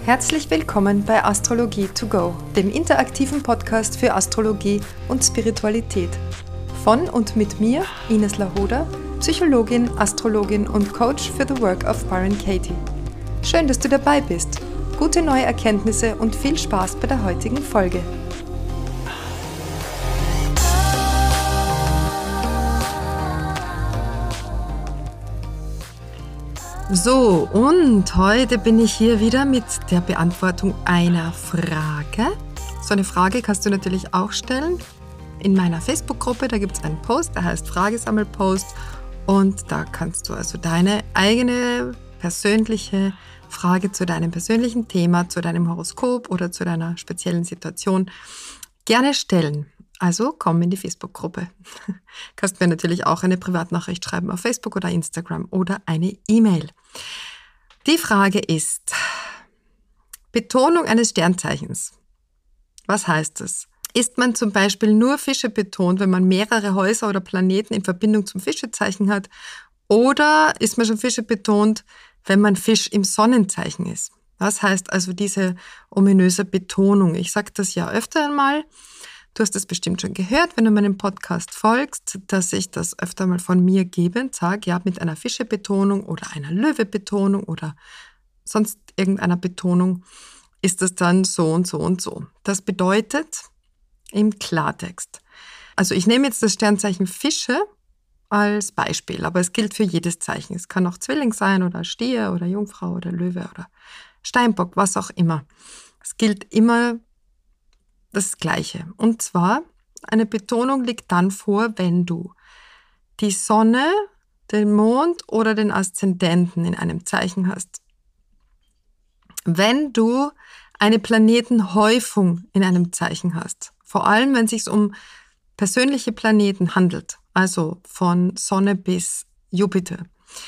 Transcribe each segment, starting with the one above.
Herzlich willkommen bei Astrologie to go, dem interaktiven Podcast für Astrologie und Spiritualität. Von und mit mir, Ines Lahoda, Psychologin, Astrologin und Coach für The Work of Byron Katie. Schön, dass du dabei bist. Gute neue Erkenntnisse und viel Spaß bei der heutigen Folge. So, und heute bin ich hier wieder mit der Beantwortung einer Frage. So eine Frage kannst du natürlich auch stellen in meiner Facebook-Gruppe. Da gibt es einen Post, der heißt Fragesammelpost. Und da kannst du also deine eigene persönliche Frage zu deinem persönlichen Thema, zu deinem Horoskop oder zu deiner speziellen Situation gerne stellen. Also komm in die Facebook-Gruppe. Kannst mir natürlich auch eine Privatnachricht schreiben auf Facebook oder Instagram oder eine E-Mail. Die Frage ist, Betonung eines Sternzeichens. Was heißt das? Ist man zum Beispiel nur Fische betont, wenn man mehrere Häuser oder Planeten in Verbindung zum Fischezeichen hat? Oder ist man schon Fische betont, wenn man Fisch im Sonnenzeichen ist? Was heißt also diese ominöse Betonung? Ich sage das ja öfter einmal. Du hast es bestimmt schon gehört, wenn du meinem Podcast folgst, dass ich das öfter mal von mir gebend sage, ja, mit einer Fische-Betonung oder einer Löwe-Betonung oder sonst irgendeiner Betonung ist das dann so und so und so. Das bedeutet im Klartext. Also ich nehme jetzt das Sternzeichen Fische als Beispiel, aber es gilt für jedes Zeichen. Es kann auch Zwilling sein oder Stier oder Jungfrau oder Löwe oder Steinbock, was auch immer. Es gilt immer das Gleiche. Und zwar, eine Betonung liegt dann vor, wenn du die Sonne, den Mond oder den Aszendenten in einem Zeichen hast. Wenn du eine Planetenhäufung in einem Zeichen hast. Vor allem, wenn es sich um persönliche Planeten handelt, also von Sonne bis Jupiter.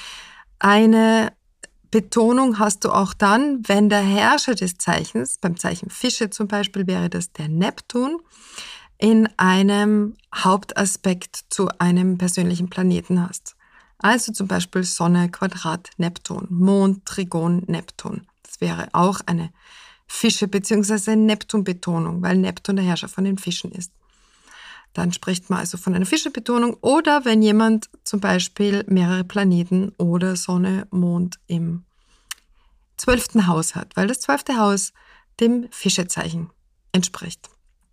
Eine Betonung hast du auch dann, wenn der Herrscher des Zeichens, beim Zeichen Fische zum Beispiel wäre das der Neptun, in einem Hauptaspekt zu einem persönlichen Planeten hast. Also zum Beispiel Sonne, Quadrat, Neptun, Mond, Trigon, Neptun. Das wäre auch eine Fische- bzw. Neptun-Betonung, weil Neptun der Herrscher von den Fischen ist. Dann spricht man also von einer Fische-Betonung oder wenn jemand zum Beispiel mehrere Planeten oder Sonne, Mond im 12. Haus hat, weil das 12. Haus dem Fischezeichen entspricht.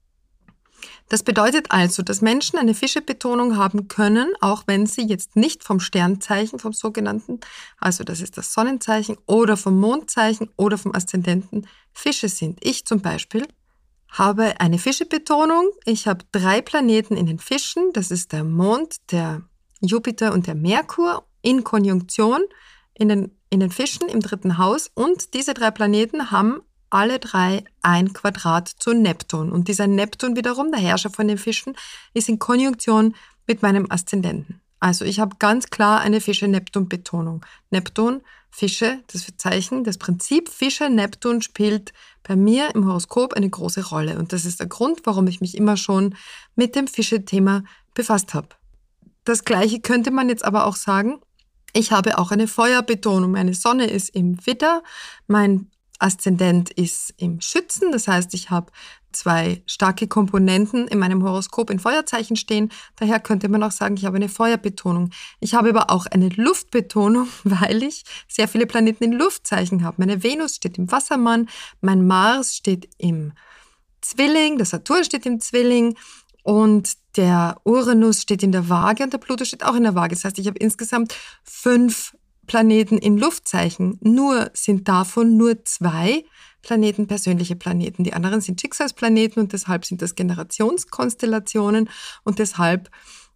Das bedeutet also, dass Menschen eine Fische-Betonung haben können, auch wenn sie jetzt nicht vom Sternzeichen, vom sogenannten, also das ist das Sonnenzeichen oder vom Mondzeichen oder vom Aszendenten Fische sind. Ich zum Beispiel habe eine Fische-Betonung. Ich habe 3 Planeten in den Fischen. Das ist der Mond, der Jupiter und der Merkur in Konjunktion in den Fischen im 3. Haus. Und diese 3 Planeten haben alle 3 ein Quadrat zu Neptun. Und dieser Neptun wiederum, der Herrscher von den Fischen, ist in Konjunktion mit meinem Aszendenten. Also ich habe ganz klar eine Fische-Neptun-Betonung. Neptun, Fische, das Zeichen, das Prinzip Fische-Neptun spielt bei mir im Horoskop eine große Rolle. Und das ist der Grund, warum ich mich immer schon mit dem Fische-Thema befasst habe. Das Gleiche könnte man jetzt aber auch sagen, ich habe auch eine Feuerbetonung. Meine Sonne ist im Widder, mein Aszendent ist im Schützen. Das heißt, ich habe 2 starke Komponenten in meinem Horoskop in Feuerzeichen stehen. Daher könnte man auch sagen, ich habe eine Feuerbetonung. Ich habe aber auch eine Luftbetonung, weil ich sehr viele Planeten in Luftzeichen habe. Meine Venus steht im Wassermann, mein Mars steht im Zwilling, der Saturn steht im Zwilling und der Uranus steht in der Waage und der Pluto steht auch in der Waage. Das heißt, ich habe insgesamt 5 Planeten in Luftzeichen. Nur sind davon nur 2 Planeten persönliche Planeten. Die anderen sind Schicksalsplaneten und deshalb sind das Generationskonstellationen und deshalb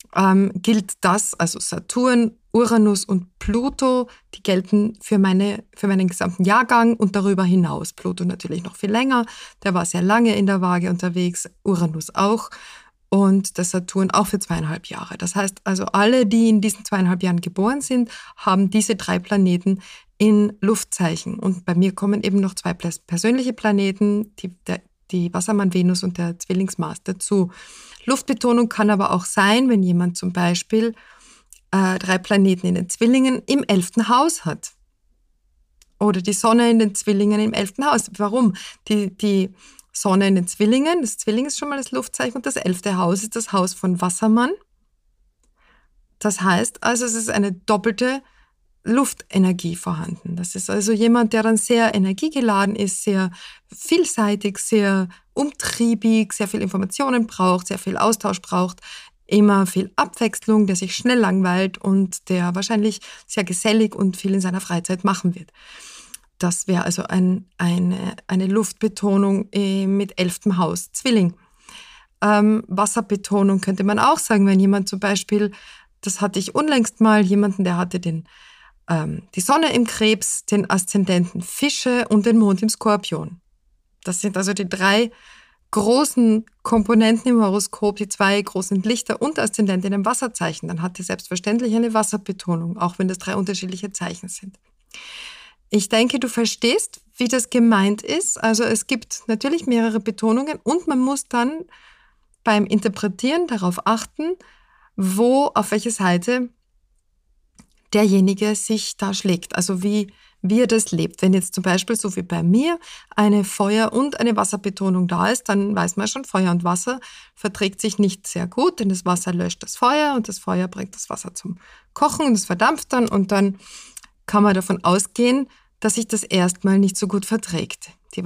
gilt das, also Saturn, Uranus und Pluto, die gelten für meinen gesamten Jahrgang und darüber hinaus. Pluto natürlich noch viel länger, der war sehr lange in der Waage unterwegs, Uranus auch. Und der Saturn auch für 2,5 Jahre. Das heißt also, alle, die in diesen 2,5 Jahren geboren sind, haben diese 3 Planeten in Luftzeichen. Und bei mir kommen eben noch 2 persönliche Planeten, die Wassermann-Venus und der Zwillings-Mars dazu. Luftbetonung kann aber auch sein, wenn jemand zum Beispiel 3 Planeten in den Zwillingen im 11. Haus hat. Oder die Sonne in den Zwillingen im 11. Haus. Warum? Die Sonne in den Zwillingen, das Zwilling ist schon mal das Luftzeichen und das 11. Haus ist das Haus von Wassermann. Das heißt also, es ist eine doppelte Luftenergie vorhanden. Das ist also jemand, der dann sehr energiegeladen ist, sehr vielseitig, sehr umtriebig, sehr viel Informationen braucht, sehr viel Austausch braucht, immer viel Abwechslung, der sich schnell langweilt und der wahrscheinlich sehr gesellig und viel in seiner Freizeit machen wird. Das wäre also eine Luftbetonung mit 11. Haus, Zwilling. Wasserbetonung könnte man auch sagen, wenn jemand zum Beispiel, das hatte ich unlängst mal, jemanden, der hatte die Sonne im Krebs, den Aszendenten Fische und den Mond im Skorpion. Das sind also die 3 großen Komponenten im Horoskop, die 2 großen Lichter und Aszendent in einem Wasserzeichen. Dann hat er selbstverständlich eine Wasserbetonung, auch wenn das 3 unterschiedliche Zeichen sind. Ich denke, du verstehst, wie das gemeint ist. Also es gibt natürlich mehrere Betonungen und man muss dann beim Interpretieren darauf achten, auf welche Seite derjenige sich da schlägt, also wie er das lebt. Wenn jetzt zum Beispiel, so wie bei mir, eine Feuer- und eine Wasserbetonung da ist, dann weiß man schon, Feuer und Wasser verträgt sich nicht sehr gut, denn das Wasser löscht das Feuer und das Feuer bringt das Wasser zum Kochen und es verdampft dann und dann kann man davon ausgehen, dass sich das erstmal nicht so gut verträgt. Die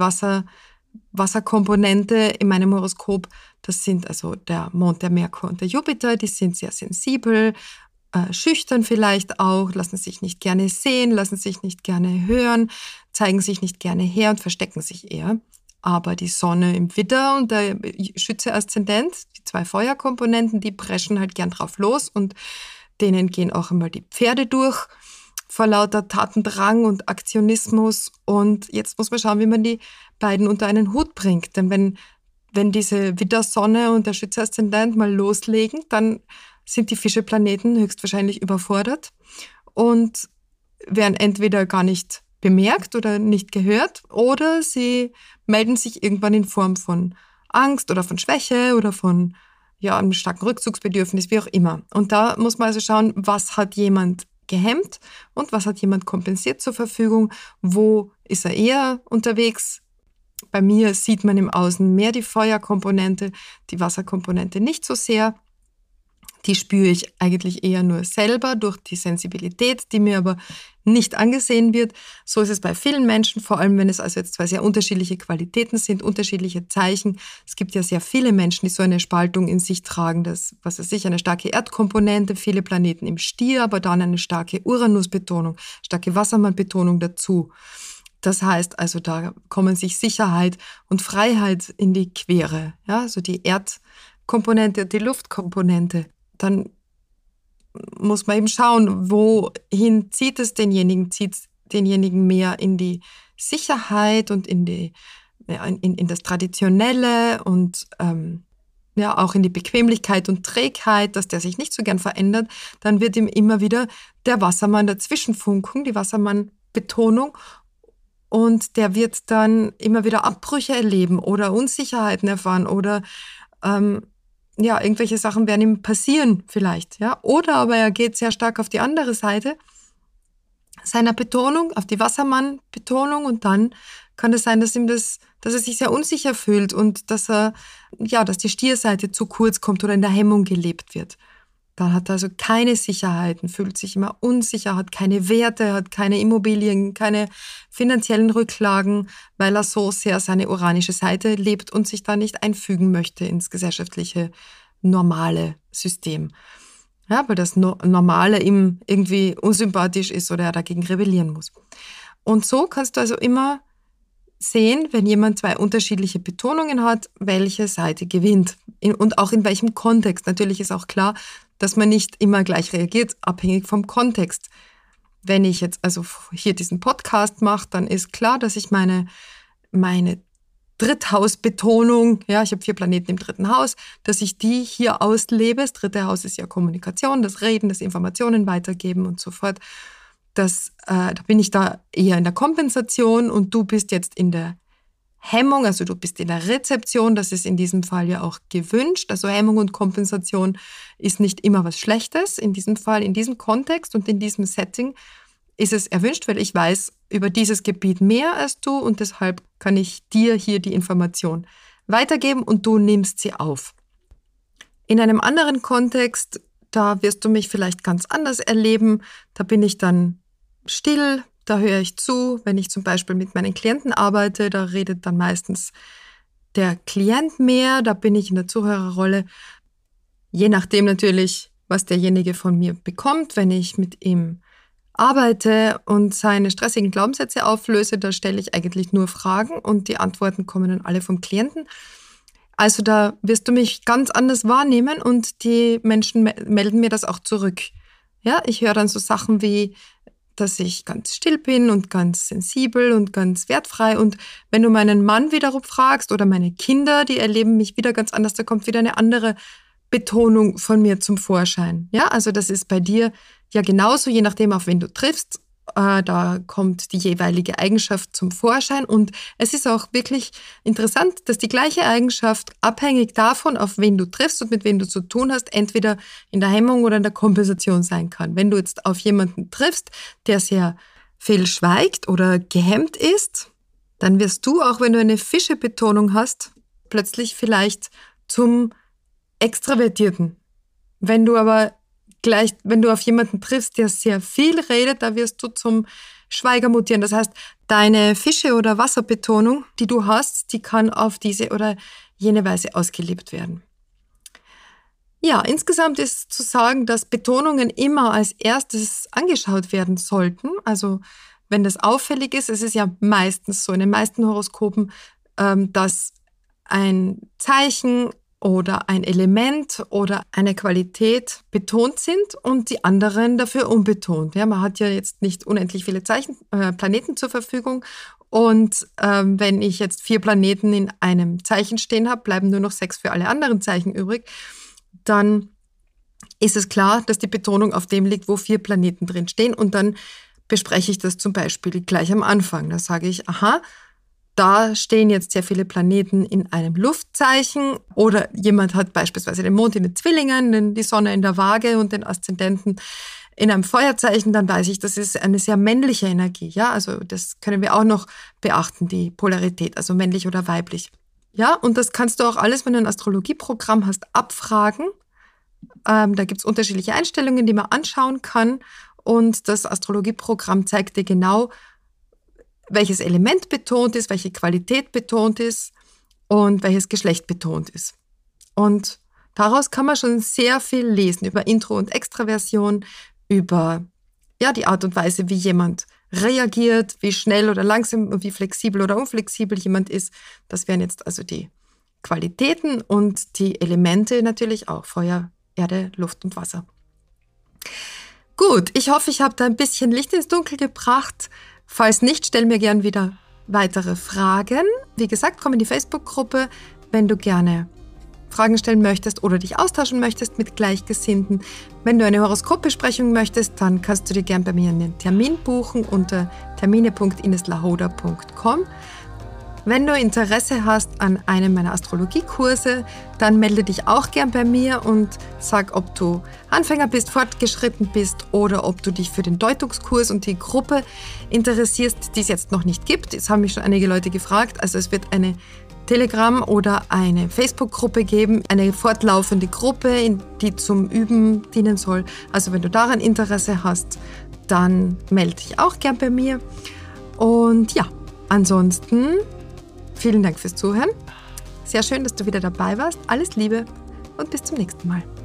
Wasserkomponente in meinem Horoskop, das sind also der Mond, der Merkur und der Jupiter, die sind sehr sensibel, schüchtern vielleicht auch, lassen sich nicht gerne sehen, lassen sich nicht gerne hören, zeigen sich nicht gerne her und verstecken sich eher. Aber die Sonne im Widder und der Schütze-Aszendent, die 2 Feuerkomponenten, die preschen halt gern drauf los und denen gehen auch einmal die Pferde durch vor lauter Tatendrang und Aktionismus. Und jetzt muss man schauen, wie man die beiden unter einen Hut bringt. Denn wenn diese Widdersonne und der Schütze-Aszendent mal loslegen, dann sind die Fische-Planeten höchstwahrscheinlich überfordert und werden entweder gar nicht bemerkt oder nicht gehört oder sie melden sich irgendwann in Form von Angst oder von Schwäche oder von einem starken Rückzugsbedürfnis, wie auch immer. Und da muss man also schauen, was hat jemand gehemmt und was hat jemand kompensiert zur Verfügung, wo ist er eher unterwegs. Bei mir sieht man im Außen mehr die Feuerkomponente, die Wasserkomponente nicht so sehr. Die spüre ich eigentlich eher nur selber durch die Sensibilität, die mir aber nicht angesehen wird. So ist es bei vielen Menschen, vor allem wenn es also jetzt 2 sehr unterschiedliche Qualitäten sind, unterschiedliche Zeichen. Es gibt ja sehr viele Menschen, die so eine Spaltung in sich tragen, eine starke Erdkomponente, viele Planeten im Stier, aber dann eine starke Uranus-Betonung, starke Wassermann-Betonung dazu. Das heißt also, da kommen sich Sicherheit und Freiheit in die Quere, ja, also die Erdkomponente und die Luftkomponente. Dann muss man eben schauen, wohin zieht es denjenigen? Zieht es denjenigen mehr in die Sicherheit und in das Traditionelle und auch in die Bequemlichkeit und Trägheit, dass der sich nicht so gern verändert, dann wird ihm immer wieder der Wassermann dazwischen funken, die Wassermann-Betonung, und der wird dann immer wieder Abbrüche erleben oder Unsicherheiten erfahren oder irgendwelche Sachen werden ihm passieren vielleicht, ja. Oder aber er geht sehr stark auf die andere Seite seiner Betonung, auf die Wassermann-Betonung und dann kann es sein, dass er sich sehr unsicher fühlt und dass die Stierseite zu kurz kommt oder in der Hemmung gelebt wird. Da hat er also keine Sicherheiten, fühlt sich immer unsicher, hat keine Werte, hat keine Immobilien, keine finanziellen Rücklagen, weil er so sehr seine uranische Seite lebt und sich da nicht einfügen möchte ins gesellschaftliche, normale System. Ja, weil das Normale ihm irgendwie unsympathisch ist oder er dagegen rebellieren muss. Und so kannst du also immer sehen, wenn jemand 2 unterschiedliche Betonungen hat, welche Seite gewinnt und auch in welchem Kontext. Natürlich ist auch klar, dass man nicht immer gleich reagiert, abhängig vom Kontext. Wenn ich jetzt also hier diesen Podcast mache, dann ist klar, dass ich meine Dritthausbetonung, ich habe 4 Planeten im 3. Haus, dass ich die hier auslebe. Das 3. Haus ist ja Kommunikation, das Reden, das Informationen weitergeben und so fort. Da bin ich da eher in der Kompensation und du bist jetzt in der Hemmung, also du bist in der Rezeption, das ist in diesem Fall ja auch gewünscht. Also Hemmung und Kompensation ist nicht immer was Schlechtes. In diesem Fall, in diesem Kontext und in diesem Setting ist es erwünscht, weil ich weiß über dieses Gebiet mehr als du und deshalb kann ich dir hier die Information weitergeben und du nimmst sie auf. In einem anderen Kontext, da wirst du mich vielleicht ganz anders erleben, da bin ich dann still, da höre ich zu. Wenn ich zum Beispiel mit meinen Klienten arbeite, da redet dann meistens der Klient mehr, da bin ich in der Zuhörerrolle, je nachdem natürlich, was derjenige von mir bekommt. Wenn ich mit ihm arbeite und seine stressigen Glaubenssätze auflöse, da stelle ich eigentlich nur Fragen und die Antworten kommen dann alle vom Klienten. Also da wirst du mich ganz anders wahrnehmen und die Menschen melden mir das auch zurück. Ja, ich höre dann so Sachen wie, dass ich ganz still bin und ganz sensibel und ganz wertfrei. Und wenn du meinen Mann wiederum fragst oder meine Kinder, die erleben mich wieder ganz anders, da kommt wieder eine andere Betonung von mir zum Vorschein. Ja, also das ist bei dir ja genauso, je nachdem, auf wen du triffst. Da kommt die jeweilige Eigenschaft zum Vorschein. Und es ist auch wirklich interessant, dass die gleiche Eigenschaft abhängig davon, auf wen du triffst und mit wem du zu tun hast, entweder in der Hemmung oder in der Kompensation sein kann. Wenn du jetzt auf jemanden triffst, der sehr viel schweigt oder gehemmt ist, dann wirst du, auch wenn du eine Fische-Betonung hast, plötzlich vielleicht zum Extravertierten. Wenn du auf jemanden triffst, der sehr viel redet, da wirst du zum Schweiger mutieren. Das heißt, deine Fische- oder Wasserbetonung, die du hast, die kann auf diese oder jene Weise ausgelebt werden. Ja, insgesamt ist zu sagen, dass Betonungen immer als erstes angeschaut werden sollten. Also wenn das auffällig ist, es ist ja meistens so in den meisten Horoskopen, dass ein Zeichen oder ein Element oder eine Qualität betont sind und die anderen dafür unbetont. Ja, man hat ja jetzt nicht unendlich viele Planeten zur Verfügung und wenn ich jetzt 4 Planeten in einem Zeichen stehen habe, bleiben nur noch 6 für alle anderen Zeichen übrig, dann ist es klar, dass die Betonung auf dem liegt, wo 4 Planeten drin stehen und dann bespreche ich das zum Beispiel gleich am Anfang. Da sage ich, aha, da stehen jetzt sehr viele Planeten in einem Luftzeichen oder jemand hat beispielsweise den Mond in den Zwillingen, die Sonne in der Waage und den Aszendenten in einem Feuerzeichen, dann weiß ich, das ist eine sehr männliche Energie. Ja, also das können wir auch noch beachten, die Polarität, also männlich oder weiblich. Ja, und das kannst du auch alles, wenn du ein Astrologieprogramm hast, abfragen. Da gibt es unterschiedliche Einstellungen, die man anschauen kann und das Astrologieprogramm zeigt dir genau, welches Element betont ist, welche Qualität betont ist und welches Geschlecht betont ist. Und daraus kann man schon sehr viel lesen über Intro- und Extraversion, über die Art und Weise, wie jemand reagiert, wie schnell oder langsam und wie flexibel oder unflexibel jemand ist. Das wären jetzt also die Qualitäten und die Elemente natürlich auch, Feuer, Erde, Luft und Wasser. Gut, ich hoffe, ich habe da ein bisschen Licht ins Dunkel gebracht. Falls nicht, stell mir gern wieder weitere Fragen. Wie gesagt, komm in die Facebook-Gruppe, wenn du gerne Fragen stellen möchtest oder dich austauschen möchtest mit Gleichgesinnten. Wenn du eine Horoskopbesprechung möchtest, dann kannst du dir gern bei mir einen Termin buchen unter termine.ineslahoda.com. Wenn du Interesse hast an einem meiner Astrologiekurse, dann melde dich auch gern bei mir und sag, ob du Anfänger bist, fortgeschritten bist oder ob du dich für den Deutungskurs und die Gruppe interessierst, die es jetzt noch nicht gibt. Das haben mich schon einige Leute gefragt. Also es wird eine Telegram- oder eine Facebook-Gruppe geben, eine fortlaufende Gruppe, die zum Üben dienen soll. Also wenn du daran Interesse hast, dann melde dich auch gern bei mir. Und ja, ansonsten vielen Dank fürs Zuhören. Sehr schön, dass du wieder dabei warst. Alles Liebe und bis zum nächsten Mal.